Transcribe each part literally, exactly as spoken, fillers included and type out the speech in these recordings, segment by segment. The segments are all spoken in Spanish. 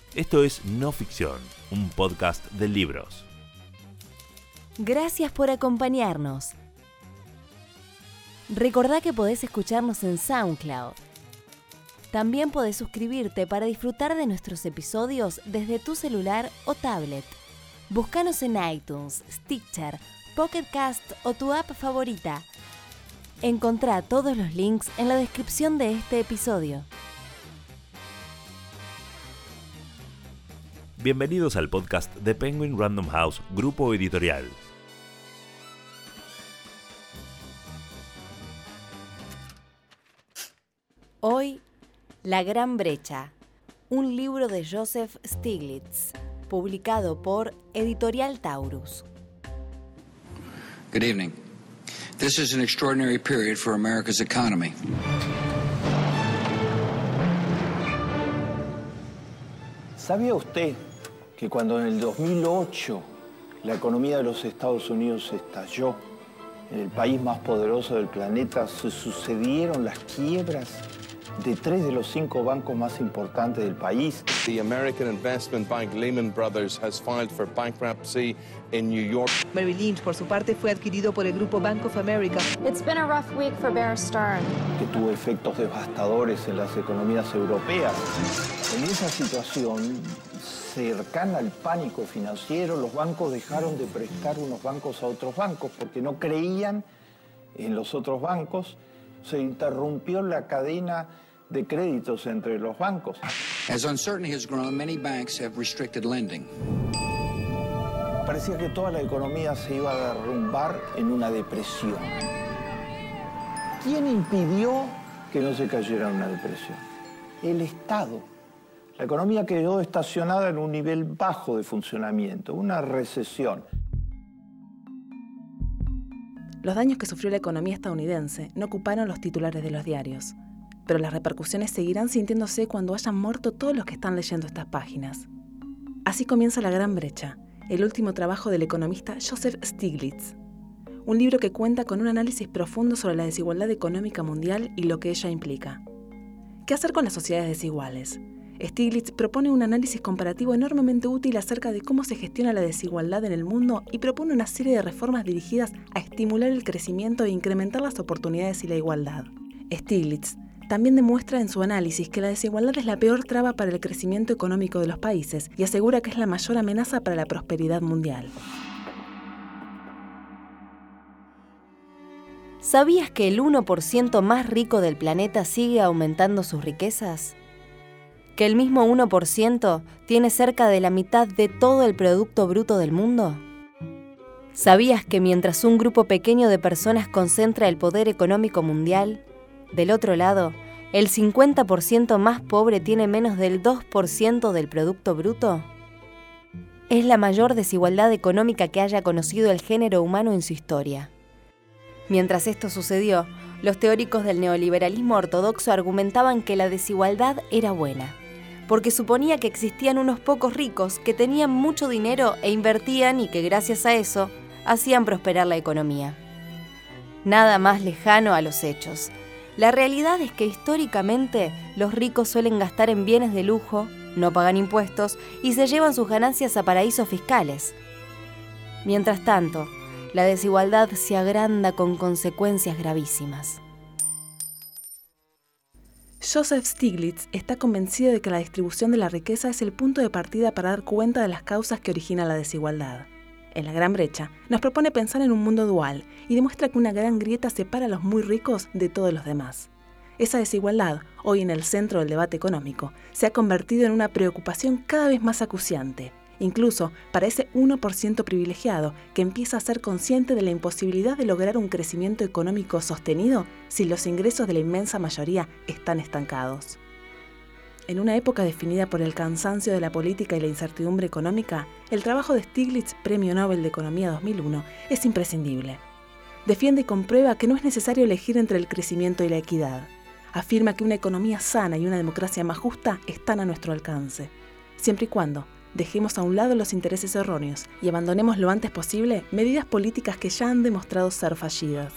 Esto es No Ficción, un podcast de libros. Gracias por acompañarnos. Recordá que podés escucharnos en SoundCloud. También podés suscribirte para disfrutar de nuestros episodios desde tu celular o tablet. Búscanos en iTunes, Stitcher, Pocket Cast o tu app favorita. Encontrá todos los links en la descripción de este episodio. Bienvenidos al podcast de Penguin Random House, grupo editorial. Hoy, La Gran Brecha, un libro de Joseph Stiglitz, publicado por Editorial Taurus. Good evening. This is an extraordinary period for America's economy. ¿Sabía usted que cuando en el dos mil ocho la economía de los Estados Unidos estalló, en el país más poderoso del planeta, se sucedieron las quiebras de tres de los cinco bancos más importantes del país? The American investment bank Lehman Brothers has filed for bankruptcy in New York. Merrill Lynch, por su parte, fue adquirido por el grupo Bank of America. It's been a rough week for Bear Stearns. Que tuvo efectos devastadores en las economías europeas. En esa situación cercana al pánico financiero, los bancos dejaron de prestar unos bancos a otros bancos porque no creían en los otros bancos. Se interrumpió la cadena de créditos entre los bancos. As uncertainty has grown, many banks have restricted lending. Parecía que toda la economía se iba a derrumbar en una depresión. ¿Quién impidió que no se cayera en una depresión? El Estado. La economía quedó estacionada en un nivel bajo de funcionamiento, una recesión. Los daños que sufrió la economía estadounidense no ocuparon los titulares de los diarios, pero las repercusiones seguirán sintiéndose cuando hayan muerto todos los que están leyendo estas páginas. Así comienza La Gran Brecha, el último trabajo del economista Joseph Stiglitz. Un libro que cuenta con un análisis profundo sobre la desigualdad económica mundial y lo que ella implica. ¿Qué hacer con las sociedades desiguales? Stiglitz propone un análisis comparativo enormemente útil acerca de cómo se gestiona la desigualdad en el mundo y propone una serie de reformas dirigidas a estimular el crecimiento e incrementar las oportunidades y la igualdad. Stiglitz también demuestra en su análisis que la desigualdad es la peor traba para el crecimiento económico de los países y asegura que es la mayor amenaza para la prosperidad mundial. ¿Sabías que el uno por ciento más rico del planeta sigue aumentando sus riquezas? ¿Que el mismo uno por ciento tiene cerca de la mitad de todo el Producto Bruto del mundo? ¿Sabías que mientras un grupo pequeño de personas concentra el poder económico mundial, del otro lado, el cincuenta por ciento más pobre tiene menos del dos por ciento del Producto Bruto? Es la mayor desigualdad económica que haya conocido el género humano en su historia. Mientras esto sucedió, los teóricos del neoliberalismo ortodoxo argumentaban que la desigualdad era buena, porque suponía que existían unos pocos ricos que tenían mucho dinero e invertían y que gracias a eso hacían prosperar la economía. Nada más lejano a los hechos. La realidad es que históricamente los ricos suelen gastar en bienes de lujo, no pagan impuestos y se llevan sus ganancias a paraísos fiscales. Mientras tanto, la desigualdad se agranda con consecuencias gravísimas. Joseph Stiglitz está convencido de que la distribución de la riqueza es el punto de partida para dar cuenta de las causas que originan la desigualdad. En La Gran Brecha, nos propone pensar en un mundo dual y demuestra que una gran grieta separa a los muy ricos de todos los demás. Esa desigualdad, hoy en el centro del debate económico, se ha convertido en una preocupación cada vez más acuciante, incluso para ese uno por ciento privilegiado que empieza a ser consciente de la imposibilidad de lograr un crecimiento económico sostenido si los ingresos de la inmensa mayoría están estancados. En una época definida por el cansancio de la política y la incertidumbre económica, el trabajo de Stiglitz, Premio Nobel de Economía dos mil uno, es imprescindible. Defiende y comprueba que no es necesario elegir entre el crecimiento y la equidad. Afirma que una economía sana y una democracia más justa están a nuestro alcance, siempre y cuando dejemos a un lado los intereses erróneos y abandonemos lo antes posible medidas políticas que ya han demostrado ser fallidas.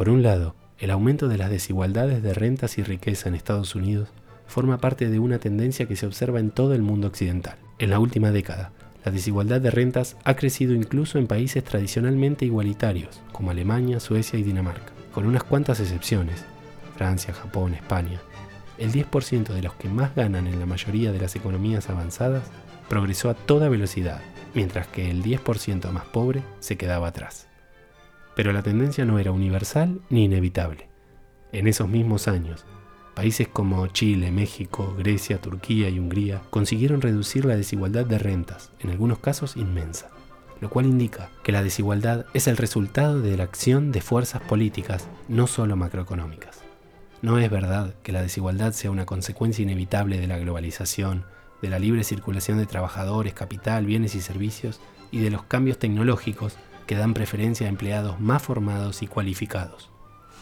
Por un lado, el aumento de las desigualdades de rentas y riqueza en Estados Unidos forma parte de una tendencia que se observa en todo el mundo occidental. En la última década, la desigualdad de rentas ha crecido incluso en países tradicionalmente igualitarios, como Alemania, Suecia y Dinamarca, con unas cuantas excepciones, Francia, Japón, España. El diez por ciento de los que más ganan en la mayoría de las economías avanzadas progresó a toda velocidad, mientras que el diez por ciento más pobre se quedaba atrás. Pero la tendencia no era universal ni inevitable. En esos mismos años, países como Chile, México, Grecia, Turquía y Hungría consiguieron reducir la desigualdad de rentas, en algunos casos inmensa, lo cual indica que la desigualdad es el resultado de la acción de fuerzas políticas, no solo macroeconómicas. No es verdad que la desigualdad sea una consecuencia inevitable de la globalización, de la libre circulación de trabajadores, capital, bienes y servicios y de los cambios tecnológicos que dan preferencia a empleados más formados y cualificados.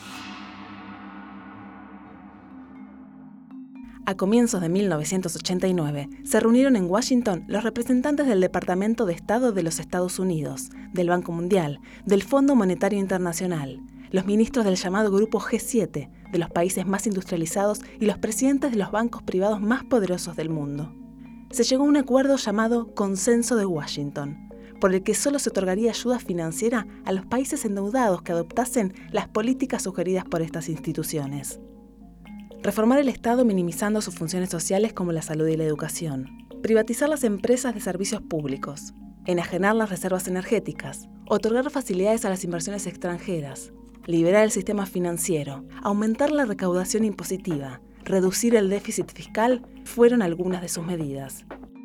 A comienzos de mil novecientos ochenta y nueve, se reunieron en Washington los representantes del Departamento de Estado de los Estados Unidos, del Banco Mundial, del Fondo Monetario Internacional, los ministros del llamado Grupo G siete, de los países más industrializados y los presidentes de los bancos privados más poderosos del mundo. Se llegó a un acuerdo llamado Consenso de Washington, por el que solo se otorgaría ayuda financiera a los países endeudados que adoptasen las políticas sugeridas por estas instituciones. Reformar el Estado minimizando sus funciones sociales como la salud y la educación. Privatizar las empresas de servicios públicos. Enajenar las reservas energéticas. Otorgar facilidades a las inversiones extranjeras. Liberar el sistema financiero. Aumentar la recaudación impositiva. Reducir el déficit fiscal fueron algunas de sus medidas.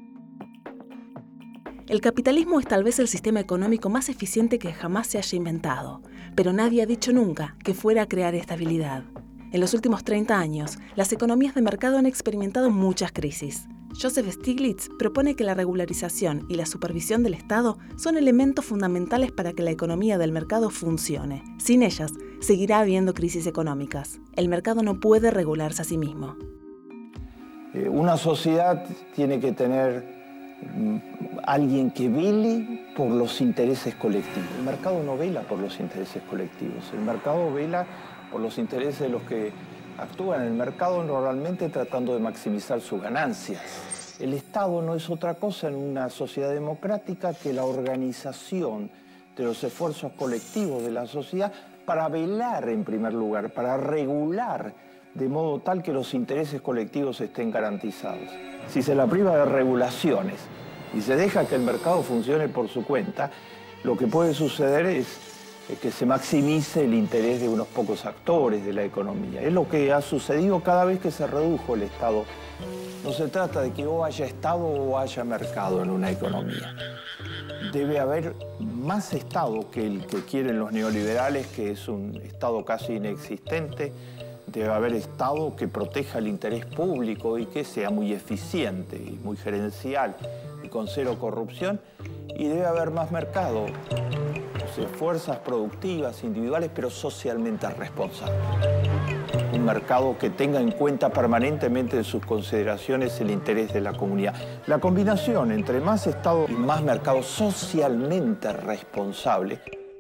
El capitalismo es tal vez el sistema económico más eficiente que jamás se haya inventado, pero nadie ha dicho nunca que fuera a crear estabilidad. En los últimos treinta años, las economías de mercado han experimentado muchas crisis. Joseph Stiglitz propone que la regularización y la supervisión del Estado son elementos fundamentales para que la economía del mercado funcione. Sin ellas, seguirá habiendo crisis económicas. El mercado no puede regularse a sí mismo. Eh, una sociedad tiene que tener mm, alguien que vele por los intereses colectivos. El mercado no vela por los intereses colectivos. El mercado vela por los intereses de los que actúan en el mercado, normalmente tratando de maximizar sus ganancias. El Estado no es otra cosa en una sociedad democrática que la organización de los esfuerzos colectivos de la sociedad para velar en primer lugar, para regular de modo tal que los intereses colectivos estén garantizados. Si se la priva de regulaciones y se deja que el mercado funcione por su cuenta, lo que puede suceder es que se maximice el interés de unos pocos actores de la economía. Es lo que ha sucedido cada vez que se redujo el Estado. No se trata de que o haya Estado o haya mercado en una economía. Debe haber más Estado que el que quieren los neoliberales, que es un Estado casi inexistente. Debe haber Estado que proteja el interés público y que sea muy eficiente y muy gerencial y con cero corrupción. Y debe haber más mercado. Fuerzas productivas, individuales, pero socialmente responsables. Un mercado que tenga en cuenta permanentemente en sus consideraciones el interés de la comunidad. La combinación entre más Estado y más mercado socialmente responsable.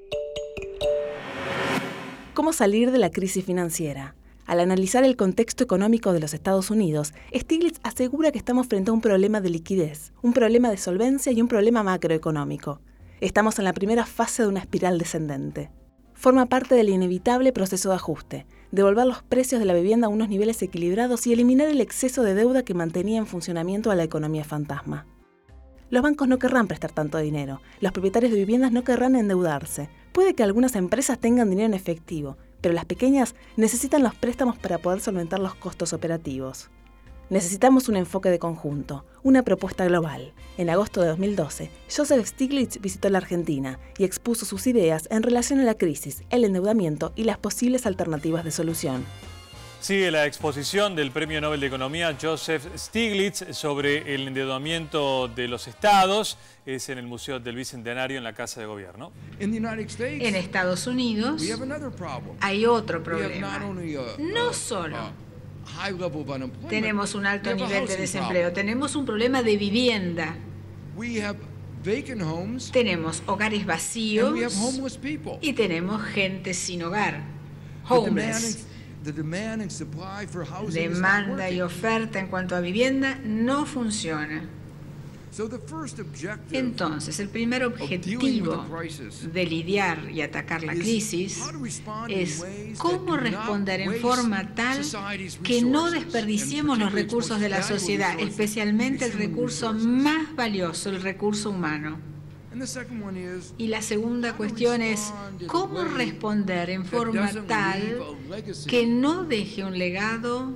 ¿Cómo salir de la crisis financiera? Al analizar el contexto económico de los Estados Unidos, Stiglitz asegura que estamos frente a un problema de liquidez, un problema de solvencia y un problema macroeconómico. Estamos en la primera fase de una espiral descendente. Forma parte del inevitable proceso de ajuste, devolver los precios de la vivienda a unos niveles equilibrados y eliminar el exceso de deuda que mantenía en funcionamiento a la economía fantasma. Los bancos no querrán prestar tanto dinero, los propietarios de viviendas no querrán endeudarse. Puede que algunas empresas tengan dinero en efectivo, pero las pequeñas necesitan los préstamos para poder solventar los costos operativos. Necesitamos un enfoque de conjunto, una propuesta global. En agosto de dos mil doce, Joseph Stiglitz visitó la Argentina y expuso sus ideas en relación a la crisis, el endeudamiento y las posibles alternativas de solución. Sigue la exposición del Premio Nobel de Economía Joseph Stiglitz sobre el endeudamiento de los estados. Es en el Museo del Bicentenario en la Casa de Gobierno. En Estados Unidos hay otro problema. No solo tenemos un alto nivel de desempleo, tenemos un problema de vivienda. Tenemos hogares vacíos y tenemos gente sin hogar. homeless. Demanda y oferta en cuanto a vivienda no funciona. Entonces, el primer objetivo de lidiar y atacar la crisis es cómo responder en forma tal que no desperdiciemos los recursos de la sociedad, especialmente el recurso más valioso, el recurso humano. Y la segunda cuestión es cómo responder en forma tal que no deje un legado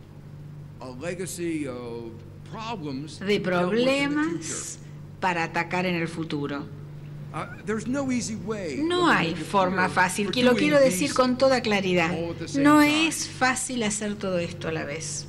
de problemas para atacar en el futuro. No hay forma fácil, que lo quiero decir con toda claridad. No es fácil hacer todo esto a la vez.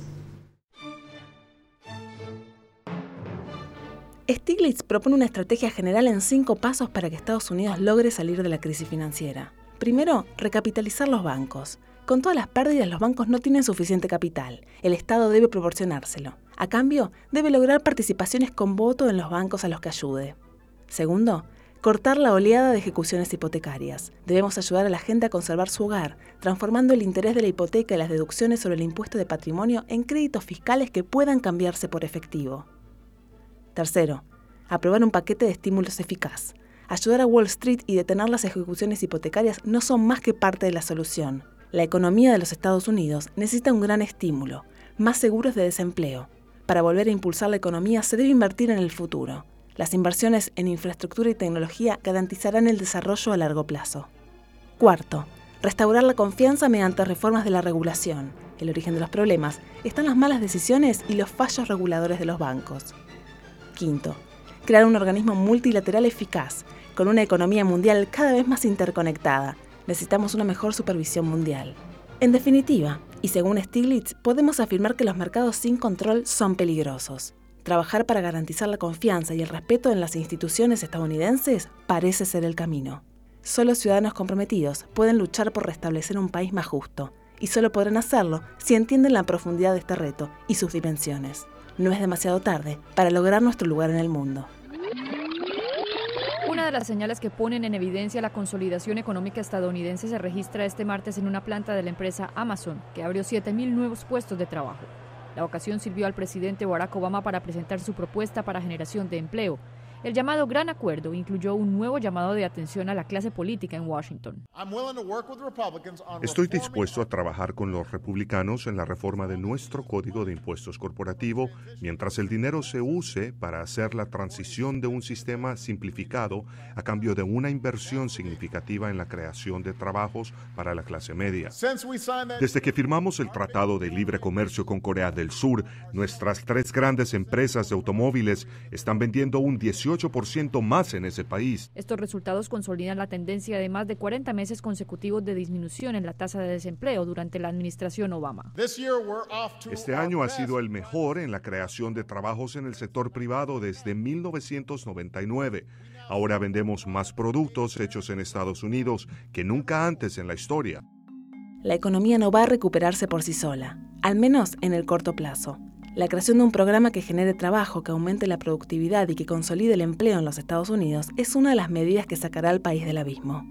Stiglitz propone una estrategia general en cinco pasos para que Estados Unidos logre salir de la crisis financiera. Primero, recapitalizar los bancos. Con todas las pérdidas, los bancos no tienen suficiente capital. El Estado debe proporcionárselo. A cambio, debe lograr participaciones con voto en los bancos a los que ayude. Segundo, cortar la oleada de ejecuciones hipotecarias. Debemos ayudar a la gente a conservar su hogar, transformando el interés de la hipoteca y las deducciones sobre el impuesto de patrimonio en créditos fiscales que puedan cambiarse por efectivo. Tercero, aprobar un paquete de estímulos eficaz. Ayudar a Wall Street y detener las ejecuciones hipotecarias no son más que parte de la solución. La economía de los Estados Unidos necesita un gran estímulo, más seguros de desempleo. Para volver a impulsar la economía se debe invertir en el futuro. Las inversiones en infraestructura y tecnología garantizarán el desarrollo a largo plazo. Cuarto, restaurar la confianza mediante reformas de la regulación. El origen de los problemas están las malas decisiones y los fallos reguladores de los bancos. Quinto, crear un organismo multilateral eficaz, con una economía mundial cada vez más interconectada. Necesitamos una mejor supervisión mundial. En definitiva, y según Stiglitz, podemos afirmar que los mercados sin control son peligrosos. Trabajar para garantizar la confianza y el respeto en las instituciones estadounidenses parece ser el camino. Solo ciudadanos comprometidos pueden luchar por restablecer un país más justo, y solo podrán hacerlo si entienden la profundidad de este reto y sus dimensiones. No es demasiado tarde para lograr nuestro lugar en el mundo. Una de las señales que ponen en evidencia la consolidación económica estadounidense se registra este martes en una planta de la empresa Amazon, que abrió siete mil nuevos puestos de trabajo. La ocasión sirvió al presidente Barack Obama para presentar su propuesta para generación de empleo. El llamado Gran Acuerdo incluyó un nuevo llamado de atención a la clase política en Washington. Estoy dispuesto a trabajar con los republicanos en la reforma de nuestro Código de Impuestos Corporativo mientras el dinero se use para hacer la transición de un sistema simplificado a cambio de una inversión significativa en la creación de trabajos para la clase media. Desde que firmamos el Tratado de Libre Comercio con Corea del Sur, nuestras tres grandes empresas de automóviles están vendiendo un dieciocho por ciento más en ese país. Estos resultados consolidan la tendencia de más de cuarenta meses consecutivos de disminución en la tasa de desempleo durante la administración Obama. Este año ha sido el mejor en la creación de trabajos en el sector privado desde mil novecientos noventa y nueve. Ahora vendemos más productos hechos en Estados Unidos que nunca antes en la historia. La economía no va a recuperarse por sí sola, al menos en el corto plazo. La creación de un programa que genere trabajo, que aumente la productividad y que consolide el empleo en los Estados Unidos es una de las medidas que sacará al país del abismo.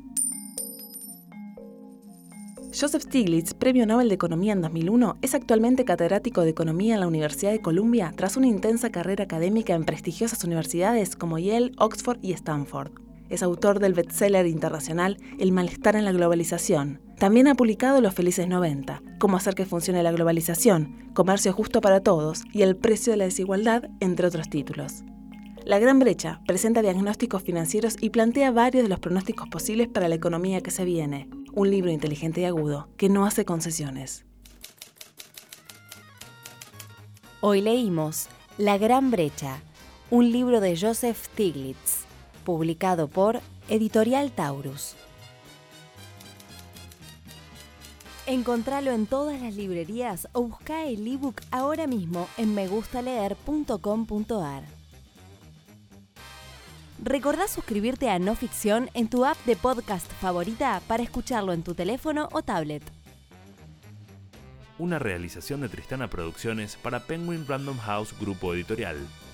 Joseph Stiglitz, Premio Nobel de Economía en dos mil uno, es actualmente catedrático de Economía en la Universidad de Columbia tras una intensa carrera académica en prestigiosas universidades como Yale, Oxford y Stanford. Es autor del bestseller internacional El malestar en la globalización. También ha publicado Los felices noventa, Cómo hacer que funcione la globalización, Comercio justo para todos y El precio de la desigualdad, entre otros títulos. La Gran Brecha presenta diagnósticos financieros y plantea varios de los pronósticos posibles para la economía que se viene. Un libro inteligente y agudo que no hace concesiones. Hoy leímos La Gran Brecha, un libro de Joseph Stiglitz, publicado por Editorial Taurus. Encontralo en todas las librerías o busca el ebook ahora mismo en me gusta leer punto com punto a r. Recordá suscribirte a No Ficción en tu app de podcast favorita para escucharlo en tu teléfono o tablet. Una realización de Tristana Producciones para Penguin Random House Grupo Editorial.